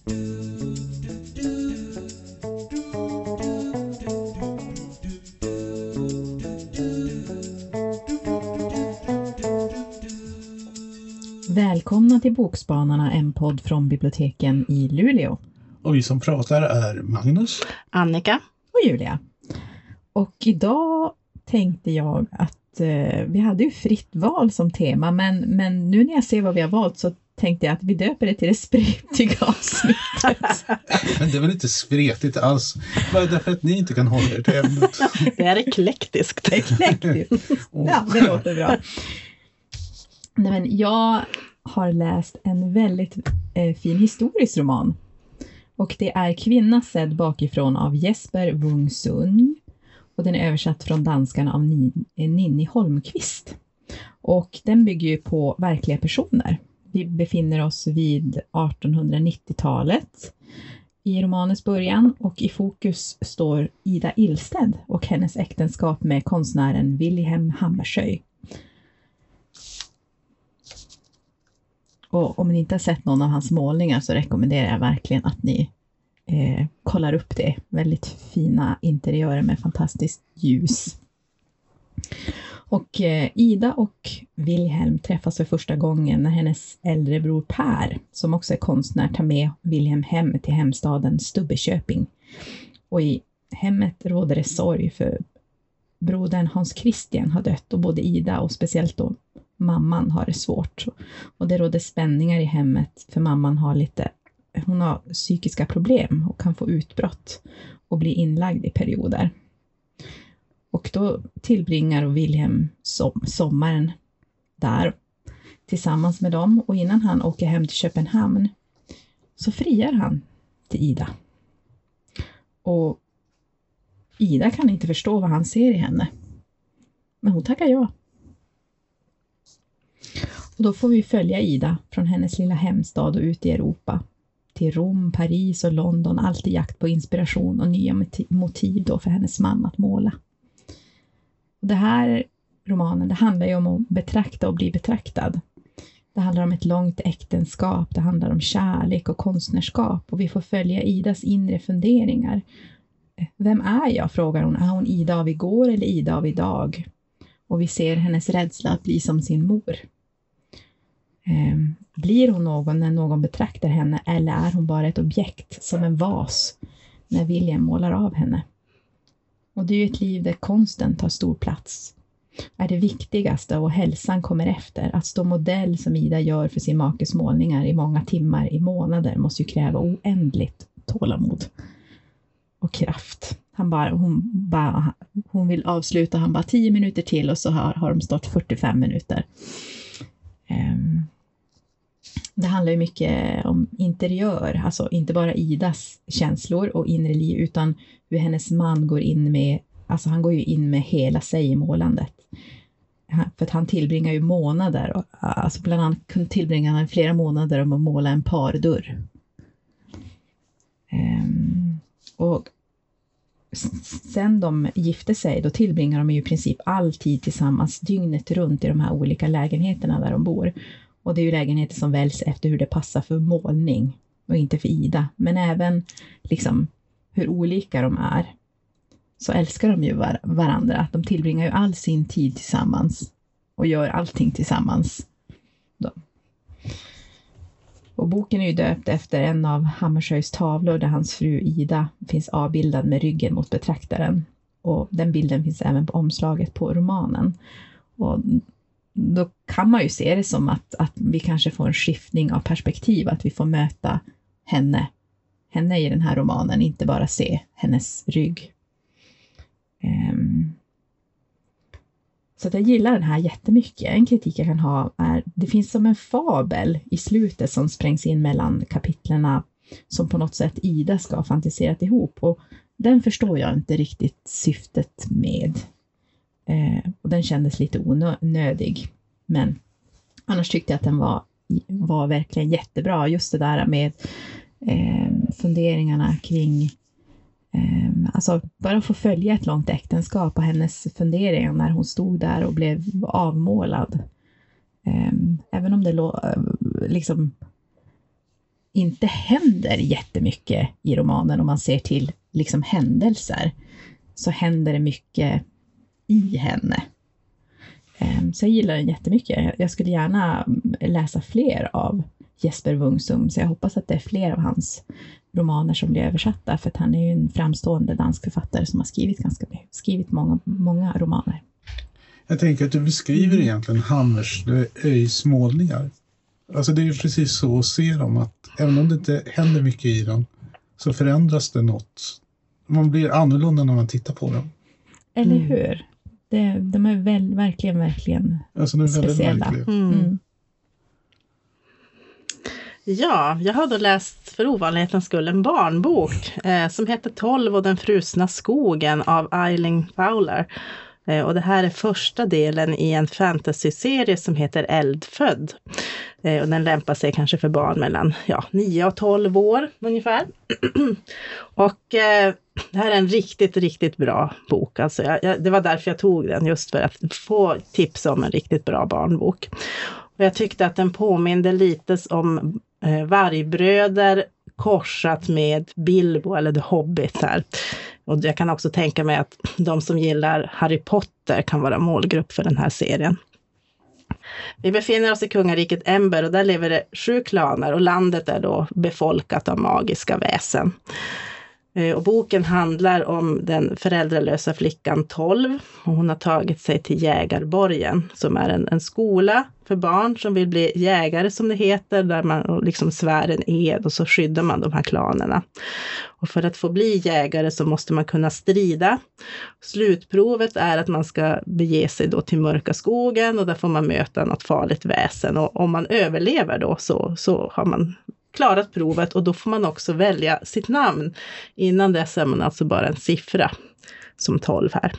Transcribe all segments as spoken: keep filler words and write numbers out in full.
Välkomna till Bokspanarna, en podd från biblioteken i Luleå. Och vi som pratar är Magnus, Annika och Julia. Och idag tänkte jag att eh, vi hade ju fritt val som tema, men, men nu när jag ser vad vi har valt så tänkte jag att vi döper det till det spretiga avsnittet. Men det är väl inte spretigt alls. Bara därför att ni inte kan hålla er till ämnet. Det är eklektiskt. Eklektiskt. Ja, det låter bra. Nej, men jag har läst en väldigt eh, fin historisk roman. Och det är Kvinna sedd bakifrån av Jesper Wung Sung. Och den är översatt från danskan av Ninni Holmqvist. Och den bygger ju på verkliga personer. Vi befinner oss vid artonhundranittiotalet i romanens början. Och i fokus står Ida Ilsted och hennes äktenskap med konstnären Wilhelm Hammershøi. Och om ni inte har sett någon av hans målningar så rekommenderar jag verkligen att ni eh, kollar upp det. Väldigt fina interiörer med fantastiskt ljus. Och eh, Ida och Wilhelm träffas för första gången när hennes äldre bror Per, som också är konstnär, tar med Wilhelm hem till hemstaden Stubbeköping. Och i hemmet råder det sorg för brodern Hans Christian har dött och både Ida och speciellt då mamman har det svårt. Och det råder spänningar i hemmet för mamman har lite, hon har psykiska problem och kan få utbrott och bli inlagd i perioder. Och då tillbringar Wilhelm som, sommaren där tillsammans med dem, och innan han åker hem till Köpenhamn så friar han till Ida. Och Ida kan inte förstå vad han ser i henne. Men hon tackar ja. Och då får vi följa Ida från hennes lilla hemstad och ut i Europa. Till Rom, Paris och London. Alltid jakt på inspiration och nya motiv då för hennes man att måla. Och det här romanen, det handlar ju om att betrakta och bli betraktad. Det handlar om ett långt äktenskap. Det handlar om kärlek och konstnärskap. Och vi får följa Idas inre funderingar. Vem är jag, frågar hon. Är hon Ida av igår eller Ida av idag? Och vi ser hennes rädsla att bli som sin mor. Eh, blir hon någon när någon betraktar henne, eller är hon bara ett objekt som en vas när William målar av henne? Och det är ju ett liv där konsten tar stor plats. Är det viktigaste och hälsan kommer efter. Att stå modell som Ida gör för sin makes målningar i många timmar i månader måste ju kräva oändligt tålamod och kraft. Han bara, hon, bara, hon vill avsluta, han bara tio minuter till och så har, har de stått fyrtiofem minuter. Um, det handlar ju mycket om interiör, alltså inte bara Idas känslor och inre liv utan hur hennes man går in med, alltså han går ju in med hela sig i målandet. För att han tillbringar ju månader, och, alltså bland annat tillbringar han flera månader om att måla en pardörr. Um, och sen de gifte sig, då tillbringar de ju i princip all tid tillsammans dygnet runt i de här olika lägenheterna där de bor. Och det är ju lägenheter som väljs efter hur det passar för målning och inte för Ida. Men även liksom hur olika de är. Så älskar de ju var- varandra. De tillbringar ju all sin tid tillsammans och gör allting tillsammans. Då. Och boken är ju döpt efter en av Hammershøis tavlor där hans fru Ida finns avbildad med ryggen mot betraktaren. Och den bilden finns även på omslaget på romanen. Och då kan man ju se det som att, att vi kanske får en skiftning av perspektiv. Att vi får möta henne, henne i den här romanen. Inte bara se hennes rygg. Um, Så att jag gillar den här jättemycket. En kritik jag kan ha är, det finns som en fabel i slutet som sprängs in mellan kapitlerna som på något sätt Ida ska ha fantiserat ihop. Och den förstår jag inte riktigt syftet med. Eh, och den kändes lite onödig. Men annars tyckte jag att den var, var verkligen jättebra. Just det där med eh, funderingarna kring Um, alltså bara få följa ett långt äktenskap och hennes funderingar när hon stod där och blev avmålad. Um, även om det lå, liksom inte händer jättemycket i romanen om man ser till liksom händelser, så händer det mycket i henne. Så jag gillar den jättemycket. Jag skulle gärna läsa fler av Jesper Wungsum, så jag hoppas att det är fler av hans romaner som blir översatta, för att han är ju en framstående dansk författare som har skrivit ganska skrivit många, många romaner. Jag tänker att du beskriver mm. egentligen Hammers öjs målningar. Alltså det är ju precis så att se dem, att även om det inte händer mycket i dem så förändras det något. Man blir annorlunda när man tittar på dem. Eller mm. hur? Det, de är väl, verkligen, verkligen alltså, de är speciella. Väldigt mm. Mm. Ja, jag har då läst för ovanlighetens skull en barnbok eh, som heter tolv och den frusna skogen av Eileen Fowler. Eh, och det här är första delen i en fantasyserie som heter Eldfödd. Eh, och den lämpar sig kanske för barn mellan ja, nio och tolv år ungefär. och eh, det här är en riktigt, riktigt bra bok. Alltså jag, jag, det var därför jag tog den, just för att få tips om en riktigt bra barnbok. Och jag tyckte att den påminde lite om eh, Vargbröder korsat med Bilbo eller The Hobbit här. Och jag kan också tänka mig att de som gillar Harry Potter kan vara målgrupp för den här serien. Vi befinner oss i kungariket Ember och där lever det sju klaner och landet är då befolkat av magiska väsen. Och boken handlar om den föräldralösa flickan tolv. Och hon har tagit sig till Jägarborgen, som är en, en skola för barn som vill bli jägare, som det heter. Där man liksom svär en ed och så skyddar man de här klanerna. Och för att få bli jägare så måste man kunna strida. Slutprovet är att man ska bege sig då till mörka skogen och där får man möta något farligt väsen. Och om man överlever då så, så har man klarat provet, och då får man också välja sitt namn. Innan dess är man alltså bara en siffra som tolv här.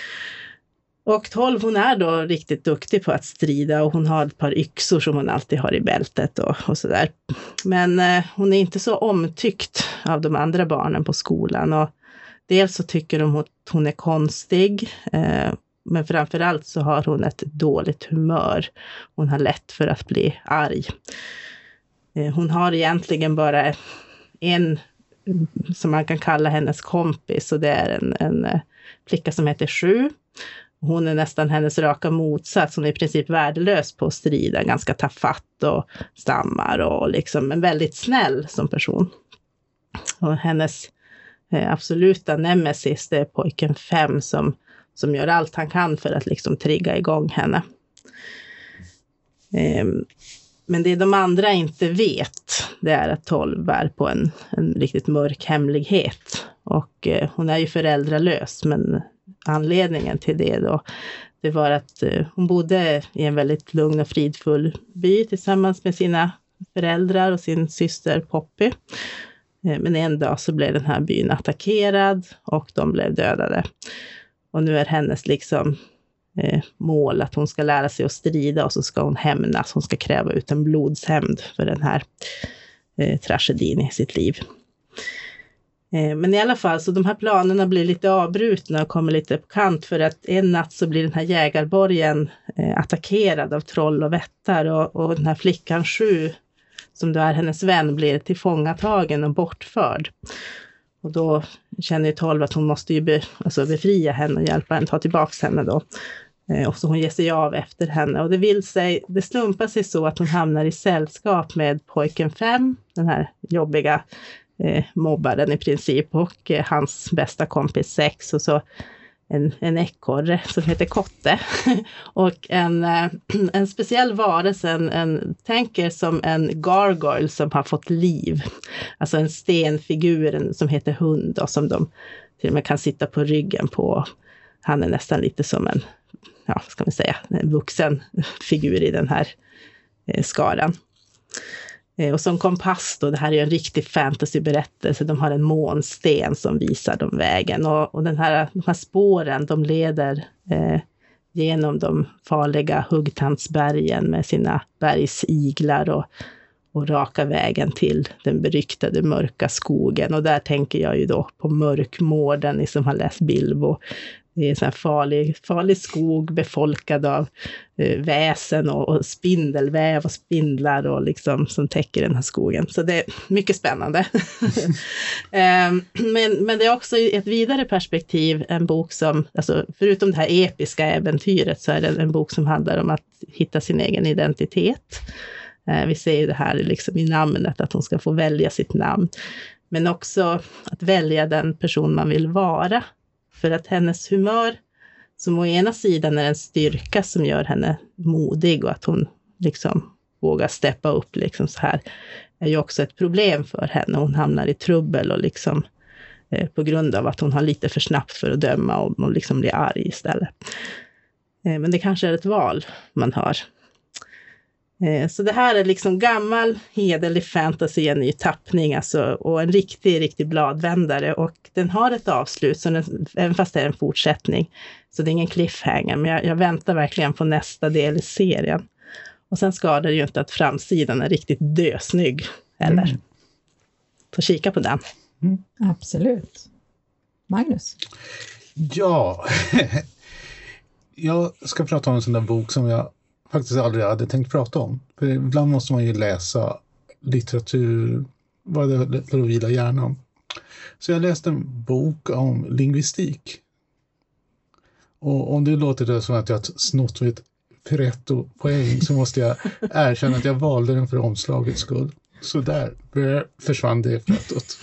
Och tolv, hon är då riktigt duktig på att strida och hon har ett par yxor som hon alltid har i bältet och, och sådär. Men eh, hon är inte så omtyckt av de andra barnen på skolan, och dels så tycker de att hon är konstig, eh, men framförallt så har hon ett dåligt humör. Hon har lätt för att bli arg. Hon har egentligen bara en som man kan kalla hennes kompis, och det är en, en flicka som heter Sju. Hon är nästan hennes raka motsats. Hon är i princip värdelös på att strida, ganska tafatt och stammar och liksom en väldigt snäll som person. Och hennes eh, absoluta nemesis, det är pojken Fem som, som gör allt han kan för att liksom trigga igång henne. Eh, Men det de andra inte vet, det är att tolv bär på en, en riktigt mörk hemlighet. Och eh, hon är ju föräldralös, men anledningen till det då, det var att eh, hon bodde i en väldigt lugn och fridfull by tillsammans med sina föräldrar och sin syster Poppy. Eh, men en dag så blev den här byn attackerad och de blev dödade. Och nu är hennes liksom Eh, mål att hon ska lära sig att strida, och så ska hon hämnas. Hon ska kräva ut en blodshämnd för den här eh, tragedin i sitt liv. Eh, men i alla fall, så de här planerna blir lite avbrutna och kommer lite på kant, för att en natt så blir den här jägarborgen eh, attackerad av troll och vättar, och, och den här flickan Sju, som då är hennes vän, blir tillfångatagen och bortförd. Och då känner ju tolv att hon måste ju be, alltså befria henne och hjälpa henne, ta tillbaka henne då. Eh, och så hon ger sig av efter henne. Och det vill sig, det slumpar sig så att hon hamnar i sällskap med pojken Fem, den här jobbiga eh, mobbaren i princip, och eh, hans bästa kompis Sex, och så en, en ekorre som heter Kotte. och en, eh, en speciell varelse, en, en tänker som en gargoyle som har fått liv. Alltså en stenfigur en, som heter Hund, och som de till och med kan sitta på ryggen på. Han är nästan lite som en, ja, vad ska man säga, en vuxen figur i den här eh, skaran. Eh, och som kompass då, det här är en riktig fantasyberättelse. De har en månsten som visar dem vägen. Och, och den här, de här spåren, de leder eh, genom de farliga Huggtandsbergen med sina bergsiglar och, och raka vägen till den beryktade mörka skogen. Och där tänker jag ju då på Mörkmården, ni som har läst Bilbo. Det är en sån här farlig, farlig skog befolkad av eh, väsen och, och spindelväv och spindlar och liksom som täcker den här skogen. Så det är mycket spännande. eh, men, men det är också i ett vidare perspektiv en bok som, alltså förutom det här episka äventyret så är det en bok som handlar om att hitta sin egen identitet. Eh, vi ser ju det här liksom i namnet, att hon ska få välja sitt namn. Men också att välja den person man vill vara. För att hennes humör, som å ena sidan är en styrka som gör henne modig och att hon liksom vågar steppa upp liksom så här, är ju också ett problem för henne. Hon hamnar i trubbel och liksom eh, på grund av att hon har lite för snabbt för att döma och, och liksom blir arg istället. Eh, men det kanske är ett val man har. Eh, så det här är liksom gammal, hederlig fantasy i en ny tappning alltså, och en riktig, riktig bladvändare. Och den har ett avslut, så den, även fast det är en fortsättning. Så det är ingen cliffhanger, men jag, jag väntar verkligen på nästa del i serien. Och sen skadar det ju inte att framsidan är riktigt dösnygg, eller? Mm. Så kika på den. Mm, absolut. Magnus? Ja, jag ska prata om en sån där bok som jag faktiskt aldrig hade tänkt prata om. För ibland måste man ju läsa litteratur för att vila hjärnan. Så jag läste en bok om lingvistik. Och om det låter det som att jag har snott med ett Pareto-poäng så måste jag erkänna att jag valde den för omslagets skull. Så där försvann det Paretot.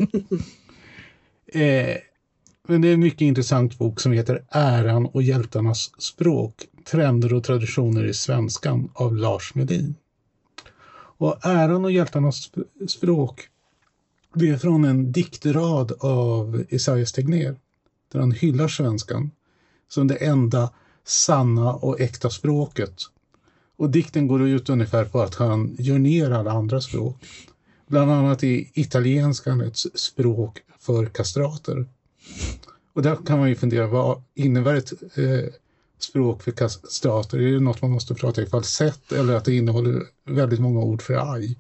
eh, men det är en mycket intressant bok som heter Äran och hjältarnas språk. Trender och traditioner i svenskan av Lars Melin. Och Äran och hjältarnas språk, det är från en diktrad av Esaias Tegnér där han hyllar svenskan som det enda sanna och äkta språket. Och dikten går ut ungefär på att han gör ner alla andra språk. Bland annat i italienskan ett språk för kastrater. Och där kan man ju fundera, vad innebär ett eh, språk för kastrater? Är det något man måste prata i falsett eller att det innehåller väldigt många ord för aj?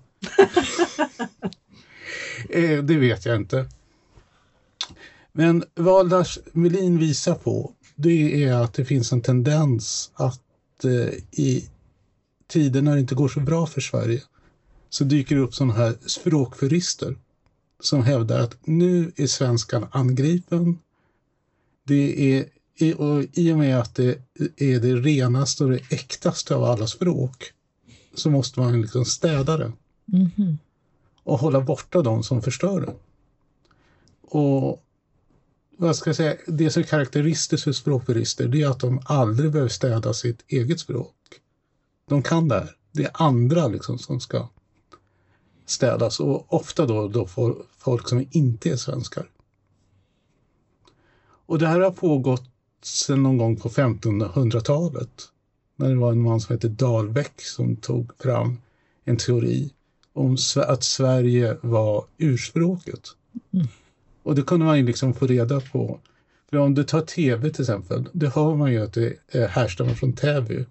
eh, det vet jag inte. Men vad Lars Melin visar på, det är att det finns en tendens att eh, i tider när det inte går så bra för Sverige så dyker det upp sådana här språkfurister som hävdar att nu är svenskan angripen. Det är, och i och med att det är det renaste och det äktaste av alla språk så måste man liksom städa det. Mm-hmm. Och hålla borta de som förstör det. Och vad ska jag säga, det som är karaktäristiskt för språkfurister, det är att de aldrig behöver städa sitt eget språk. De kan det här. Det är andra liksom som ska städas. Och ofta då, då får folk som inte är svenskar. Och det här har pågått sedan någon gång på femtonhundratalet. När det var en man som hette Dahlbäck som tog fram en teori om att Sverige var urspråket. Mm. Och det kunde man ju liksom få reda på. För om du tar tv till exempel, det hör man ju att det härstammar från Täby.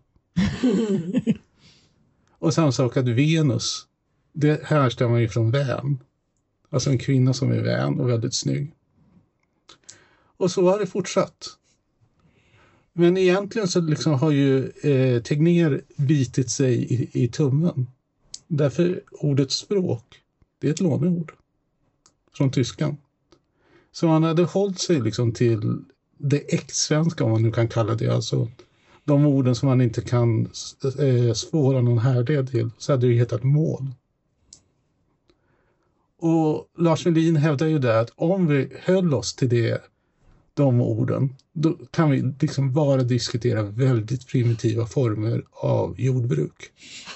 Och samma sak att Venus, det härstammar ju från Vän. Alltså en kvinna som är vän och väldigt snygg. Och så har det fortsatt. Men egentligen så liksom har ju eh, Tegnér bitit sig i, i tummen. Därför ordet språk, det är ett låneord från tyskan. Så han hade hållit sig liksom till det äktsvenska, om man nu kan kalla det. Alltså de orden som man inte kan eh, spåra någon härled till, så hade det ju hetat mål. Och Lars Melin hävdar ju där att om vi höll oss till det, de orden, då kan vi liksom bara diskutera väldigt primitiva former av jordbruk.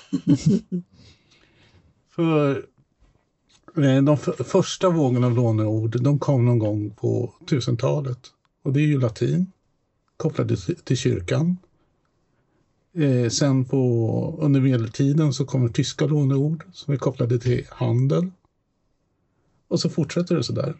För de f- första vågen av låneord, de kom någon gång på tusentalet. Och det är ju latin, kopplade till, till kyrkan. Eh, sen på, under medeltiden så kommer tyska låneord som är kopplade till handel. Och så fortsätter det så där.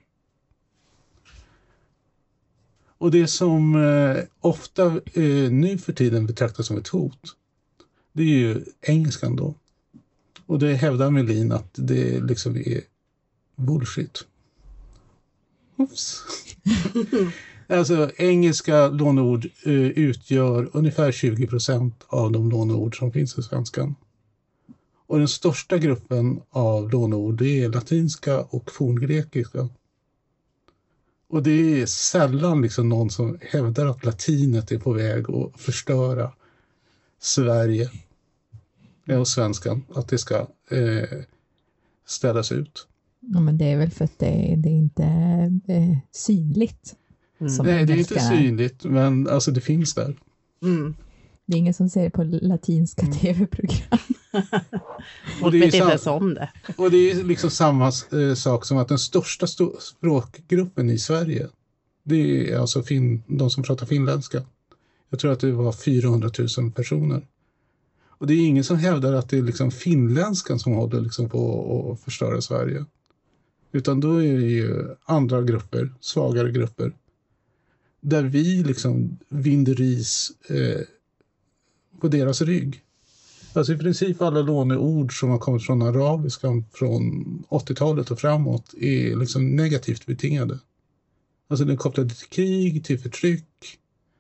Och det som eh, ofta eh, nu för tiden betraktas som ett hot, det är ju engelskan då. Och det hävdar Melin att det liksom är bullshit. Oops. Alltså engelska låneord eh, utgör ungefär tjugo procent av de låneord som finns i svenskan. Och den största gruppen av låneord det är latinska och forngrekiska. Och det är sällan liksom någon som hävdar att latinet är på väg att förstöra Sverige och svenskan. Att det ska eh, ställas ut. Ja, men det är väl för att det, det är inte eh, synligt. Mm. Nej, det är inte synligt, men alltså det finns där. Mm. Det är ingen som ser på latinska Mm. tv-program. Och det vet inte ens om det. Och det är liksom samma eh, sak som att den största sto- språkgruppen i Sverige, det är alltså fin- de som pratar finländska. Jag tror att det var fyrahundratusen personer. Och det är ingen som hävdar att det är liksom finländskan som håller liksom på att förstöra Sverige. Utan då är det ju andra grupper, svagare grupper. Där vi liksom vinner ris eh, på deras rygg. Alltså i princip alla låneord som har kommit från arabiskan från åttiotalet och framåt är liksom negativt betingade. Alltså den är kopplade till krig, till förtryck.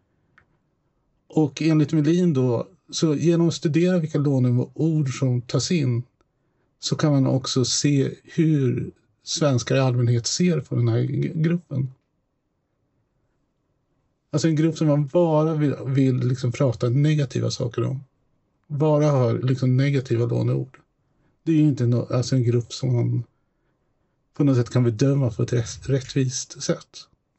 Och enligt Melin då, så genom att studera vilka låneord som tas in så kan man också se hur svenskar i allmänhet ser på den här gruppen. Alltså en grupp som man bara vill, vill liksom prata negativa saker om. Bara har liksom negativa låneord. Det är ju inte no, alltså en grupp som man på något sätt kan bedöma på ett rätt, rättvist sätt.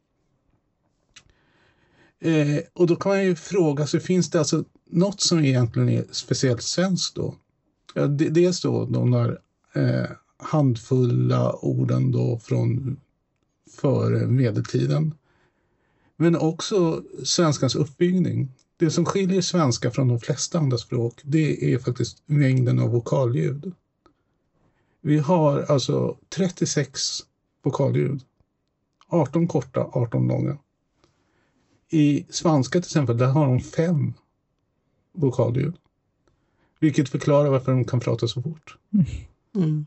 Eh, och då kan man ju fråga sig, finns det alltså något som egentligen är speciellt svenskt då? Ja, det, dels då de där eh, handfulla orden då från före medeltiden. Men också svenskans uppbyggning. Det som skiljer svenska från de flesta andra språk, det är faktiskt mängden av vokalljud. Vi har alltså trettiosex vokalljud. arton korta, arton långa. I svenska till exempel, där har de fem vokalljud. Vilket förklarar varför de kan prata så fort. Mm.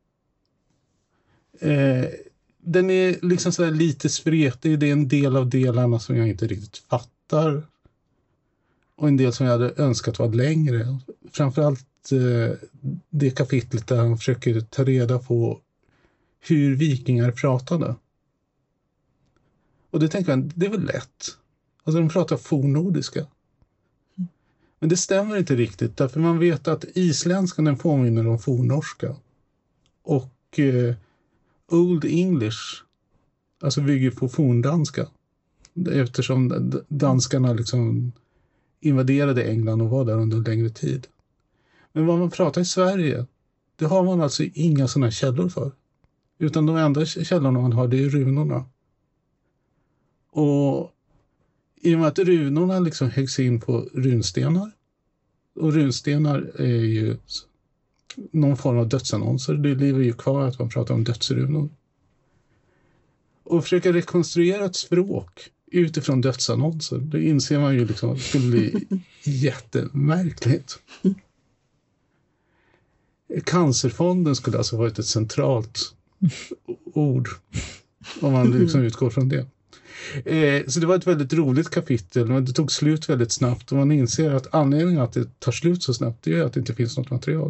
Eh, den är liksom så här lite spretig. Det är en del av delarna som jag inte riktigt fattar. Och en del som jag hade önskat var längre. Framförallt eh, det kapitlet där han försöker ta reda på hur vikingar pratade. Och det tänker jag, det är väl lätt. Alltså de pratar fornnordiska. Men det stämmer inte riktigt. Därför man vet att isländskan den påminner om fornnorska. Och eh, Old English alltså bygger på forndanska. Eftersom danskarna liksom invaderade England och var där under en längre tid. Men vad man pratar i Sverige, det har man alltså inga sådana källor för. Utan de enda källorna man har, det är runorna. Och i och med att runorna liksom höggs in på runstenar. Och runstenar är ju någon form av dödsannonser. Det lever ju kvar att man pratar om dödsrunor. Och försöka rekonstruera ett språk utifrån dödsannonser, det inser man ju liksom skulle bli jättemärkligt. Cancerfonden skulle alltså varit ett centralt ord om man liksom utgår från det. Eh, så det var ett väldigt roligt kapitel, men det tog slut väldigt snabbt och man inser att anledningen att det tar slut så snabbt det är att det inte finns något material.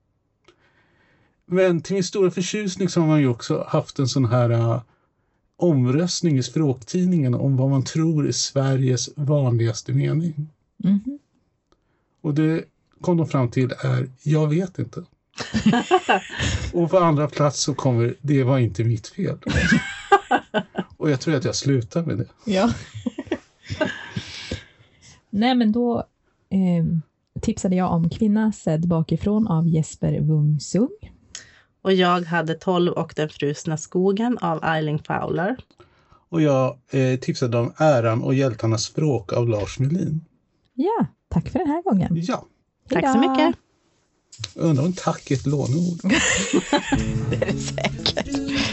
Men till min stora förtjusning så har man ju också haft en sån här uh, omröstning i språktidningen om vad man tror är Sveriges vanligaste mening. Mm-hmm. Och det kom de fram till är jag vet inte. Och på andra plats så kommer det var inte mitt fel. Och jag tror att jag slutar med det. Ja. Nej, men då eh, tipsade jag om Kvinna sedd bakifrån av Jesper Wung Sung. Och jag hade tolv och den frusna skogen av Eiling Fowler. Och jag eh, tipsade om Äran och hjältarnas språk av Lars Melin. Ja, tack för den här gången. Ja. Tack så mycket. Undrar om tack är ett lånord. Det är det säkert.